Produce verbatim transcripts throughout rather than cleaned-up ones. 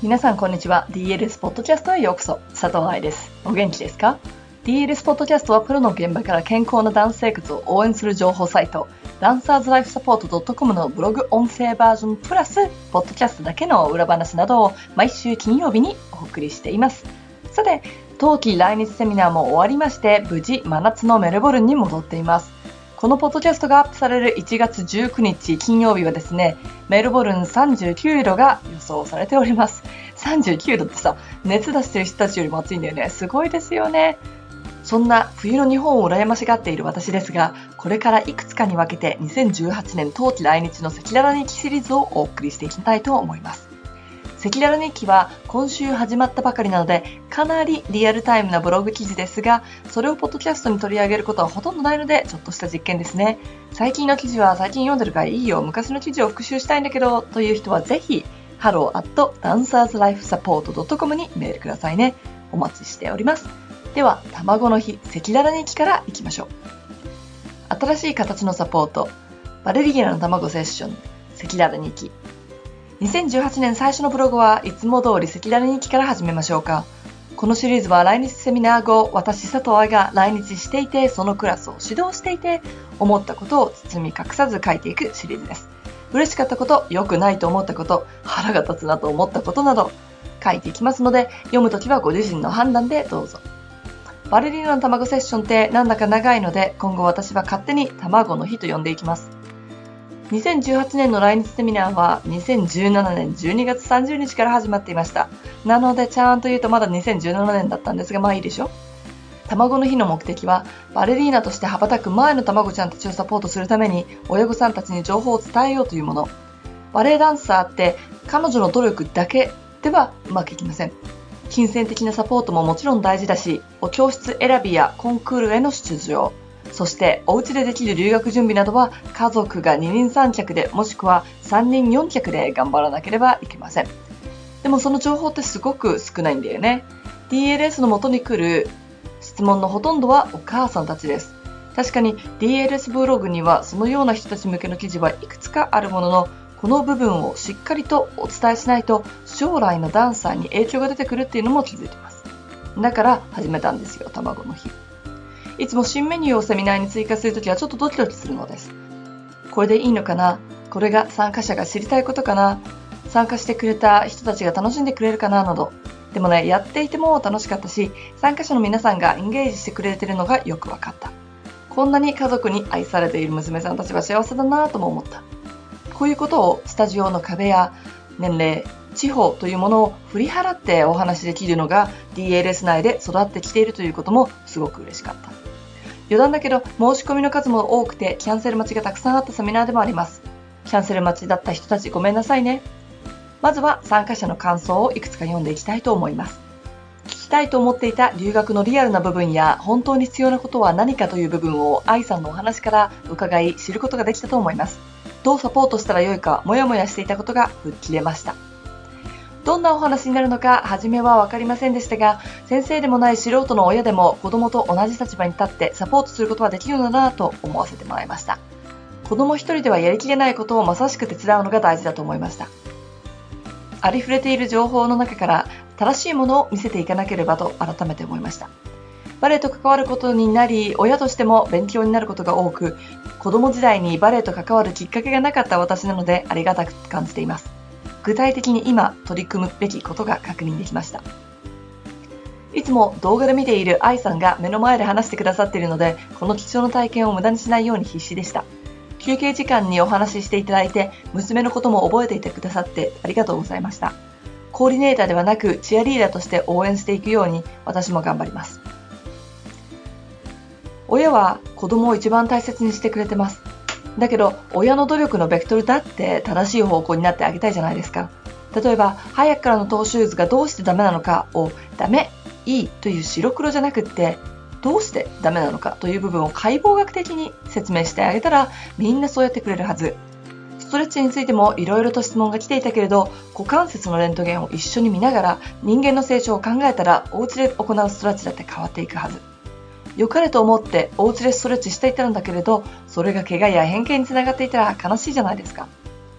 皆さんこんにちは。 ディーエルエス ポッドキャストへようこそ。佐藤愛です。お元気ですか？ ディーエルエス ポッドキャストはプロの現場から健康なダンス生活を応援する情報サイト、ダンサーズライフサポート .com のブログ音声バージョンプラスポッドキャストだけの裏話などを毎週金曜日にお送りしています。さて、冬季来日セミナーも終わりまして、無事真夏のメルボルンに戻っています。このポッドキャストがアップされるいちがつじゅうくにち金曜日はですね、メルボルンさんじゅうきゅうどが予想されております。さんじゅうきゅうどってさ、熱出してる人たちよりも暑いんだよね。すごいですよね。そんな冬の日本を羨ましがっている私ですが、これからいくつかに分けてにせんじゅうはちねん冬季来日の赤裸々日記シリーズをお送りしていきたいと思います。赤裸々日記は今週始まったばかりなので、かなりリアルタイムなブログ記事ですが、それをポッドキャストに取り上げることはほとんどないので、ちょっとした実験ですね。最近の記事は最近読んでるからいいよ、昔の記事を復習したいんだけどという人はぜひハロー アット ダンサーズライフサポート ドットコム にメールくださいね。お待ちしております。では、卵の日赤裸々日記からいきましょう。新しい形のサポート、バレリーナの卵セッション赤裸々日記。にせんじゅうはちねん最初のブログはいつも通り赤裸々日記から始めましょうか。このシリーズは来日セミナー後、私佐藤愛が来日していて、そのクラスを指導していて、思ったことを包み隠さず書いていくシリーズです。嬉しかったこと、良くないと思ったこと、腹が立つなと思ったことなど書いていきますので、読むときはご自身の判断でどうぞ。バレリーナの卵セッションってなんだか長いので、今後私は勝手に卵の日と呼んでいきます。にせんじゅうはちねんの来日セミナーはにせんじゅうななねんじゅうにがつさんじゅうにちから始まっていました。なのでちゃんと言うとまだにせんじゅうななねんだったんですが、まあいいでしょ。卵の日の目的は、バレリーナとして羽ばたく前の卵ちゃんたちをサポートするために、親御さんたちに情報を伝えようというもの。バレエダンサーって彼女の努力だけではうまくいきません。金銭的なサポートももちろん大事だし、お教室選びやコンクールへの出場、そしてお家でできる留学準備などは家族が二人三脚で、もしくは三人四脚で頑張らなければいけません。でもその情報ってすごく少ないんだよね。 ディーエルエス の元に来る質問のほとんどはお母さんたちです。確かに ディーエルエス ブログにはそのような人たち向けの記事はいくつかあるものの、この部分をしっかりとお伝えしないと将来のダンサーに影響が出てくるっていうのも気づいています。だから始めたんですよ、卵の日。いつも新メニューをセミナーに追加するときはちょっとドキドキするのです。これでいいのかな？これが参加者が知りたいことかな？参加してくれた人たちが楽しんでくれるかななど。でもね、やっていても楽しかったし、参加者の皆さんがエンゲージしてくれているのがよく分かった。こんなに家族に愛されている娘さんたちは幸せだなとも思った。こういうことをスタジオの壁や年齢、地方というものを振り払ってお話しできるのが ディーエルエス 内で育ってきているということもすごく嬉しかった。余談だけど、申し込みの数も多くてキャンセル待ちがたくさんあったセミナーでもあります。キャンセル待ちだった人たちごめんなさいね。まずは参加者の感想をいくつか読んでいきたいと思います。聞きたいと思っていた留学のリアルな部分や本当に必要なことは何かという部分を愛さんのお話から伺い知ることができたと思います。どうサポートしたらよいかもやもやしていたことが吹っ切れました。どんなお話になるのか初めは分かりませんでしたが、先生でもない素人の親でも子供と同じ立場に立ってサポートすることはできるのだなと思わせてもらいました。子供一人ではやりきれないことをまさしく手伝うのが大事だと思いました。ありふれている情報の中から正しいものを見せていかなければと改めて思いました。バレエと関わることになり、親としても勉強になることが多く、子供時代にバレエと関わるきっかけがなかった私なのでありがたく感じています。具体的に今取り組むべきことが確認できました。いつも動画で見ている愛さんが目の前で話してくださっているので、この貴重な体験を無駄にしないように必死でした。休憩時間にお話ししていただいて、娘のことも覚えていてくださってありがとうございました。コーディネーターではなくチアリーダーとして応援していくように私も頑張ります。親は子供を一番大切にしてくれてます。だけど親の努力のベクトルだって正しい方向になってあげたいじゃないですか。例えば早くからのトーシューズがどうしてダメなのかをダメ、いいという白黒じゃなくって、どうしてダメなのかという部分を解剖学的に説明してあげたらみんなそうやってくれるはず。ストレッチについてもいろいろと質問が来ていたけれど、股関節のレントゲンを一緒に見ながら人間の成長を考えたらお家で行うストレッチだって変わっていくはず。良かれと思ってお家でストレッチしていたんだけれど、それが怪我や変形につながっていたら悲しいじゃないですか。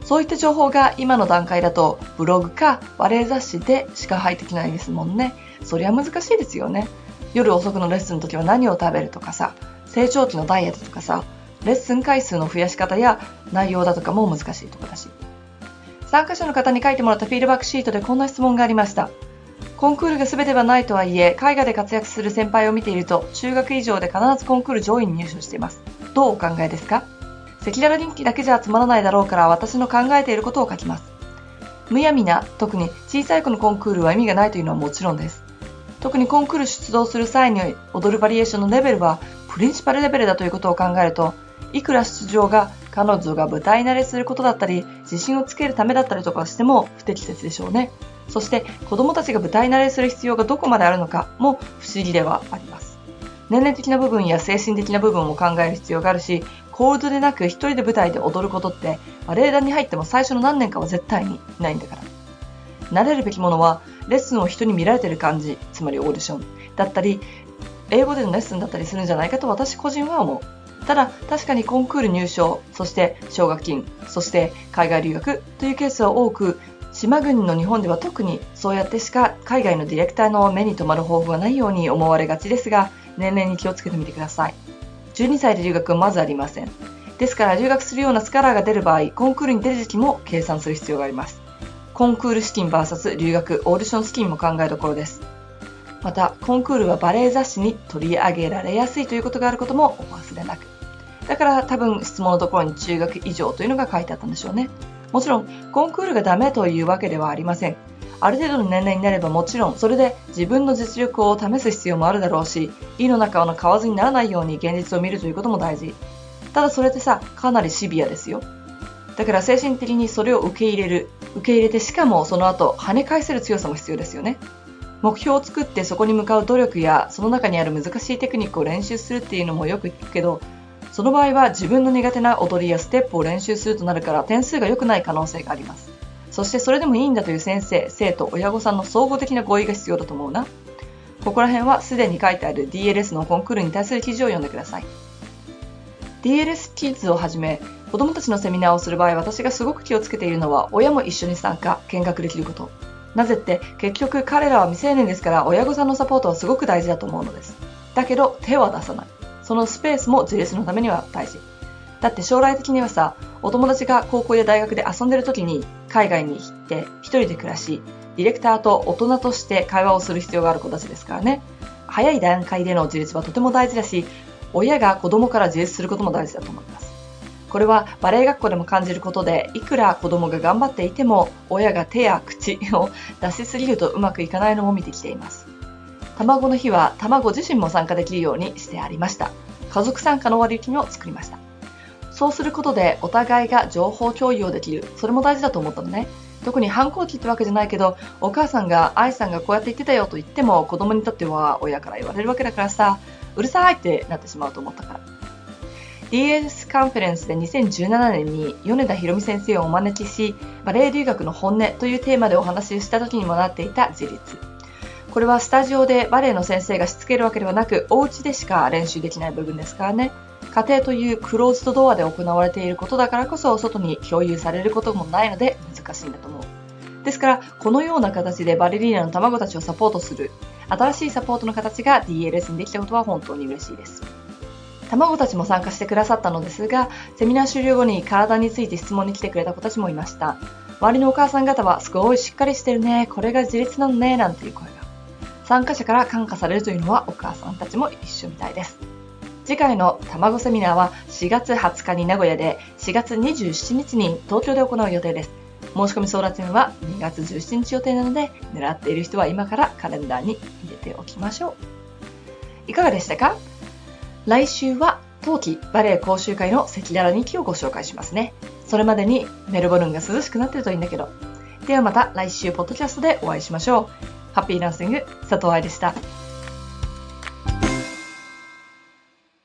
そういった情報が今の段階だとブログかバレエ雑誌でしか入ってきないですもんね。そりゃ難しいですよね。夜遅くのレッスンの時は何を食べるとかさ、成長期のダイエットとかさ、レッスン回数の増やし方や内容だとかも難しいところだし。参加者の方に書いてもらったフィードバックシートでこんな質問がありました。コンクールが全てはないとはいえ、海外で活躍する先輩を見ていると、中学以上で必ずコンクール上位に入賞しています。どうお考えですか？赤裸々人気だけじゃつまらないだろうから私の考えていることを書きます。むやみな、特に小さい子のコンクールは意味がないというのはもちろんです。特にコンクール出動する際に踊るバリエーションのレベルはプリンシパルレベルだということを考えると、いくら出場が彼女が舞台慣れすることだったり、自信をつけるためだったりとかしても不適切でしょうね。そして子供たちが舞台慣れする必要がどこまであるのかも不思議ではあります。年齢的な部分や精神的な部分も考える必要があるし、コールドでなく一人で舞台で踊ることってバレエ団に入っても最初の何年かは絶対にいないんだから。慣れるべきものはレッスンを人に見られている感じ、つまりオーディションだったり英語でのレッスンだったりするんじゃないかと私個人は思う。ただ確かにコンクール入賞、そして奨学金、そして海外留学というケースは多く、島国の日本では特にそうやってしか海外のディレクターの目に留まる方法がないように思われがちですが、年齢に気をつけてみてください。じゅうにさいで留学はまずありません。ですから留学するようなスカラーが出る場合、コンクールに出る時期も計算する必要があります。コンクール資金 ブイエス 留学オーディション資金も考えどころです。またコンクールはバレエ雑誌に取り上げられやすいということがあることもお忘れなく。だから多分質問のところに中学以上というのが書いてあったんでしょうね。もちろんコンクールがダメというわけではありません。ある程度の年齢になればもちろんそれで自分の実力を試す必要もあるだろうし、井の中の蛙にならないように現実を見るということも大事。ただそれってさ、かなりシビアですよ。だから精神的にそれを受け入れる、受け入れてしかもその後跳ね返せる強さも必要ですよね。目標を作ってそこに向かう努力やその中にある難しいテクニックを練習するっていうのもよく聞くけど、その場合は自分の苦手な踊りやステップを練習するとなるから点数が良くない可能性があります。そしてそれでもいいんだという先生、生徒、親御さんの総合的な合意が必要だと思うな。ここら辺はすでに書いてある ディーエルエス のコンクールに対する記事を読んでください。ディーエルエス キッズをはじめ子どもたちのセミナーをする場合、私がすごく気をつけているのは親も一緒に参加、見学できること。なぜって結局彼らは未成年ですから親御さんのサポートはすごく大事だと思うのです。だけど手は出さない。そのスペースも自立のためには大事。だって将来的にはさ、お友達が高校や大学で遊んでる時に海外に行って一人で暮らし、ディレクターと大人として会話をする必要がある子たちですからね。早い段階での自立はとても大事だし、親が子供から自立することも大事だと思います。これはバレエ学校でも感じることで、いくら子供が頑張っていても親が手や口を出しすぎるとうまくいかないのも見てきています。卵の日は卵自身も参加できるようにしてありました。家族参加の割引を作りました。そうすることでお互いが情報共有をできる。それも大事だと思ったのね。特に反抗期ってわけじゃないけど、お母さんが愛さんがこうやって言ってたよと言っても子供にとっては親から言われるわけだからさ、うるさいってなってしまうと思ったから。ディーエルエス カンファレンスでにせんじゅうななねんに米田博美先生をお招きし、バレエ留学の本音というテーマでお話しした時にもなっていた自立。これはスタジオでバレエの先生がしつけるわけではなく、お家でしか練習できない部分ですからね。家庭というクローズドドアで行われていることだからこそ外に共有されることもないので難しいんだと思う。ですからこのような形でバレリーナの卵たちをサポートする新しいサポートの形が ディーエルエス にできたことは本当に嬉しいです。卵たちも参加してくださったのですが、セミナー終了後に体について質問に来てくれた子たちもいました。周りのお母さん方はすごいしっかりしてるね、これが自立なのね、なんていう声が。参加者から感化されるというのはお母さんたちも一緒みたいです。次回の卵セミナーはしがつはつかに名古屋でしがつにじゅうしちにちに東京で行う予定です。申し込み争奪戦はにがつじゅうしちにち予定なので、狙っている人は今からカレンダーに入れておきましょう。いかがでしたか？来週は冬季バレエ講習会の赤裸々日記をご紹介しますね。それまでにメルボルンが涼しくなってるといいんだけど。ではまた来週ポッドキャストでお会いしましょう。ハッピーランシング、佐藤愛でした。